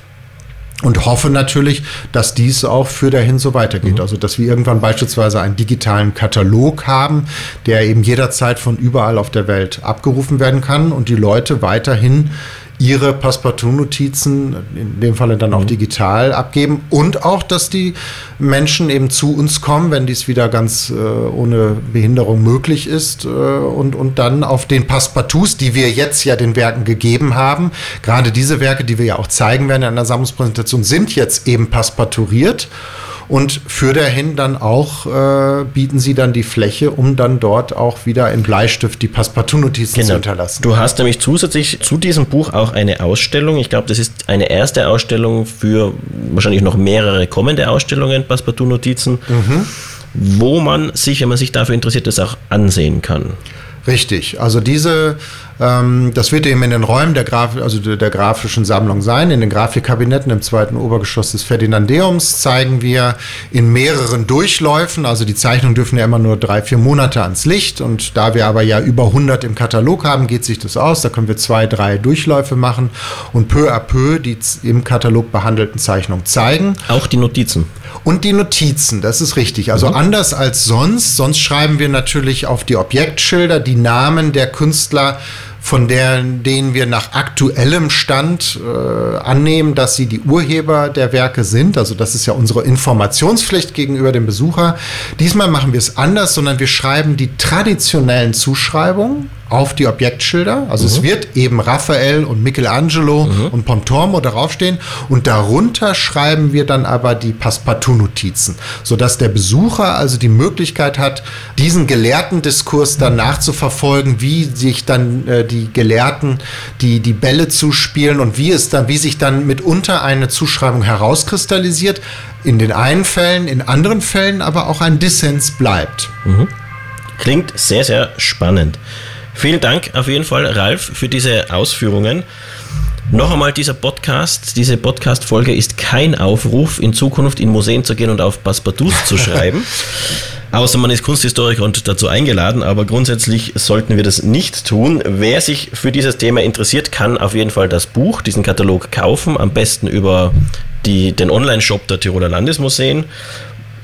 Und hoffe natürlich, dass dies auch für dahin so weitergeht. Mhm. Also, dass wir irgendwann beispielsweise einen digitalen Katalog haben, der eben jederzeit von überall auf der Welt abgerufen werden kann und die Leute weiterhin ihre Passepartout-Notizen, in dem Falle dann auch mhm. digital abgeben und auch, dass die Menschen eben zu uns kommen, wenn dies wieder ganz äh, ohne Behinderung möglich ist äh, und, und dann auf den Passepartouts, die wir jetzt ja den Werken gegeben haben, gerade diese Werke, die wir ja auch zeigen werden in einer Sammlungspräsentation, sind jetzt eben passepartouriert. Und für dahin dann auch äh, bieten sie dann die Fläche, um dann dort auch wieder in Bleistift die Passepartout-Notizen genau. zu hinterlassen. Du hast nämlich zusätzlich zu diesem Buch auch eine Ausstellung. Ich glaube, das ist eine erste Ausstellung für wahrscheinlich noch mehrere kommende Ausstellungen, Passepartout-Notizen, mhm. wo man sich, wenn man sich dafür interessiert, das auch ansehen kann. Richtig, also diese, ähm, das wird eben in den Räumen der, Graf, also der, der grafischen Sammlung sein, in den Grafikkabinetten im zweiten Obergeschoss des Ferdinandeums zeigen wir in mehreren Durchläufen, also die Zeichnungen dürfen ja immer nur drei, vier Monate ans Licht und da wir aber ja über hundert im Katalog haben, geht sich das aus, da können wir zwei, drei Durchläufe machen und peu à peu die im Katalog behandelten Zeichnungen zeigen. Auch die Notizen. Und die Notizen, das ist richtig, also mhm. anders als sonst, sonst schreiben wir natürlich auf die Objektschilder die Namen der Künstler, von der, denen wir nach aktuellem Stand äh, annehmen, dass sie die Urheber der Werke sind. Also das ist ja unsere Informationspflicht gegenüber dem Besucher. Diesmal machen wir es anders, sondern wir schreiben die traditionellen Zuschreibungen auf die Objektschilder. Also mhm. es wird eben Raphael und Michelangelo mhm. und Pontormo darauf stehen und darunter schreiben wir dann aber die Passepartout-Notizen, sodass der Besucher also die Möglichkeit hat, diesen gelehrten Diskurs dann nachzuverfolgen, wie sich dann äh, die Gelehrten die, die Bälle zuspielen und wie es dann, wie sich dann mitunter eine Zuschreibung herauskristallisiert. In den einen Fällen, in anderen Fällen aber auch ein Dissens bleibt. Mhm. Klingt sehr, sehr spannend. Vielen Dank auf jeden Fall, Ralf, für diese Ausführungen. Noch einmal, dieser Podcast, diese Podcast-Folge ist kein Aufruf, in Zukunft in Museen zu gehen und auf Passepartouts zu schreiben. Außer man ist Kunsthistoriker und dazu eingeladen, aber grundsätzlich sollten wir das nicht tun. Wer sich für dieses Thema interessiert, kann auf jeden Fall das Buch, diesen Katalog kaufen, am besten über die, den Online-Shop der Tiroler Landesmuseen.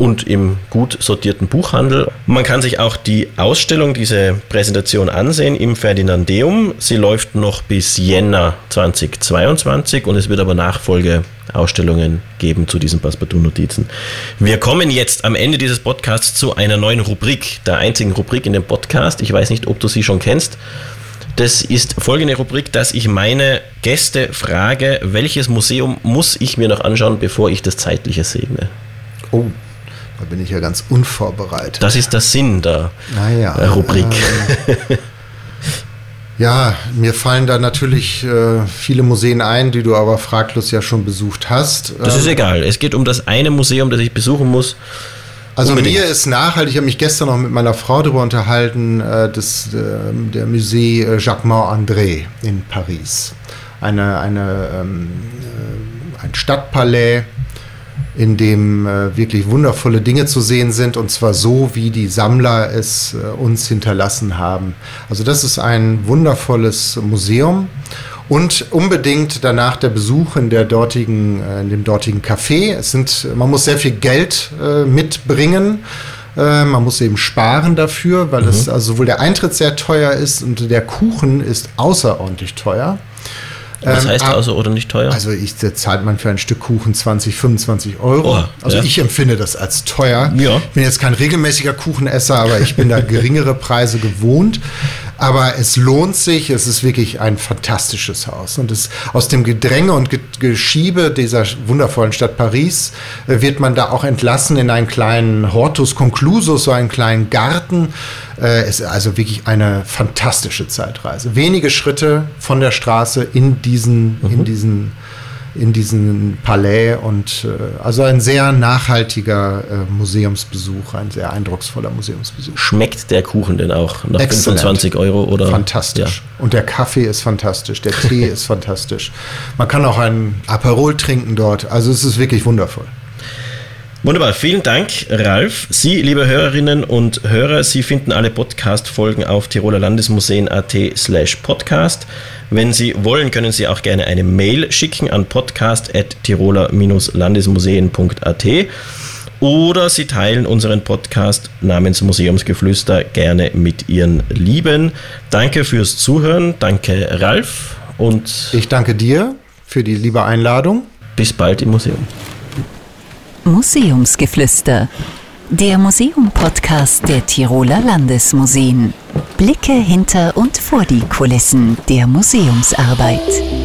und im gut sortierten Buchhandel. Man kann sich auch die Ausstellung, diese Präsentation ansehen im Ferdinandeum. Sie läuft noch bis Jänner zweitausendzweiundzwanzig und es wird aber Nachfolgeausstellungen geben zu diesen Passepartout-Notizen. Wir kommen jetzt am Ende dieses Podcasts zu einer neuen Rubrik, der einzigen Rubrik in dem Podcast. Ich weiß nicht, ob du sie schon kennst. Das ist folgende Rubrik, dass ich meine Gäste frage, welches Museum muss ich mir noch anschauen, bevor ich das Zeitliche segne. Oh, da bin ich ja ganz unvorbereitet. Das ist der Sinn der naja, Rubrik. Ähm, ja, mir fallen da natürlich äh, viele Museen ein, die du aber fraglos ja schon besucht hast. Das ist egal. Es geht um das eine Museum, das ich besuchen muss. Also Unbedingt. Mir ist nachhaltig, ich habe mich gestern noch mit meiner Frau darüber unterhalten, äh, das, äh, der Musée Jacquemart-André in Paris. Eine, eine, ähm, äh, ein Stadtpalais, in dem äh, wirklich wundervolle Dinge zu sehen sind, und zwar so, wie die Sammler es äh, uns hinterlassen haben. Also das ist ein wundervolles Museum. Und unbedingt danach der Besuch in, der dortigen, in dem dortigen Café. Es sind, man muss sehr viel Geld äh, mitbringen. Äh, man muss eben sparen dafür, weil mhm. es also sowohl der Eintritt sehr teuer ist und der Kuchen ist außerordentlich teuer. Was heißt ähm, also oder nicht teuer? Also ich, da zahlt man für ein Stück Kuchen zwanzig, fünfundzwanzig Euro. Oh, also ja. ich empfinde das als teuer. Ja. Ich bin jetzt kein regelmäßiger Kuchenesser, aber ich bin da geringere Preise gewohnt. Aber es lohnt sich, es ist wirklich ein fantastisches Haus. Und es, aus dem Gedränge und Geschiebe dieser wundervollen Stadt Paris äh, wird man da auch entlassen in einen kleinen Hortus Conclusus, so einen kleinen Garten. Äh, es ist also wirklich eine fantastische Zeitreise. Wenige Schritte von der Straße in diesen, mhm. in diesen in diesen Palais und äh, also ein sehr nachhaltiger äh, Museumsbesuch, ein sehr eindrucksvoller Museumsbesuch. Schmeckt der Kuchen denn auch nach Excellent. fünfundzwanzig Euro? Oder? Fantastisch. Ja. Und der Kaffee ist fantastisch, der Tee ist fantastisch. Man kann auch ein Aperol trinken dort, also es ist wirklich wundervoll. Wunderbar, vielen Dank, Ralf. Sie, liebe Hörerinnen und Hörer, Sie finden alle Podcast-Folgen auf tirolerlandesmuseen.at slash podcast. Wenn Sie wollen, können Sie auch gerne eine Mail schicken an podcast at tiroler-landesmuseen punkt at oder Sie teilen unseren Podcast namens Museumsgeflüster gerne mit Ihren Lieben. Danke fürs Zuhören, danke Ralf und ich danke dir für die liebe Einladung. Bis bald im Museum. Museumsgeflüster, der Museum-Podcast der Tiroler Landesmuseen. Blicke hinter und vor die Kulissen der Museumsarbeit.